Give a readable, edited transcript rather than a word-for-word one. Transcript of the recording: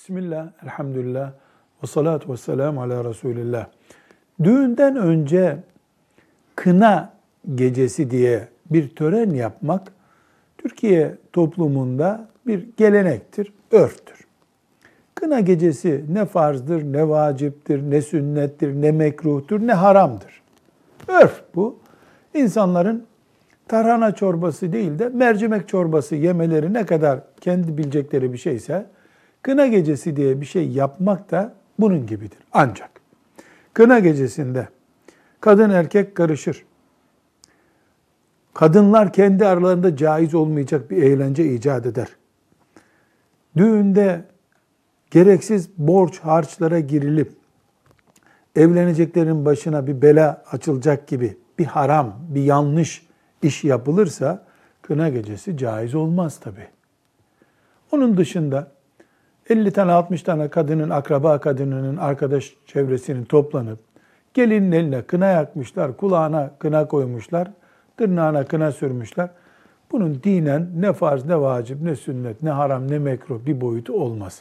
Bismillah, elhamdülillah, ve salatu ve selamu ala Resulillah. Düğünden önce kına gecesi diye bir tören yapmak, Türkiye toplumunda bir gelenektir, örftür. Kına gecesi ne farzdır, ne vaciptir, ne sünnettir, ne mekruhtur, ne haramdır. Örf bu. İnsanların tarhana çorbası değil de mercimek çorbası yemeleri ne kadar kendi bilecekleri bir şeyse, kına gecesi diye bir şey yapmak da bunun gibidir. Ancak kına gecesinde kadın erkek karışır. Kadınlar kendi aralarında caiz olmayacak bir eğlence icat eder. Düğünde gereksiz borç harçlara girilip evleneceklerin başına bir bela açılacak gibi bir haram, bir yanlış iş yapılırsa kına gecesi caiz olmaz tabii. Onun dışında 50 tane 60 tane kadının, akraba kadınının, arkadaş çevresinin toplanıp gelinin eline kına yakmışlar, kulağına kına koymuşlar, tırnağına kına sürmüşler. Bunun dinen ne farz, ne vacip, ne sünnet, ne haram, ne mekruh bir boyutu olmaz.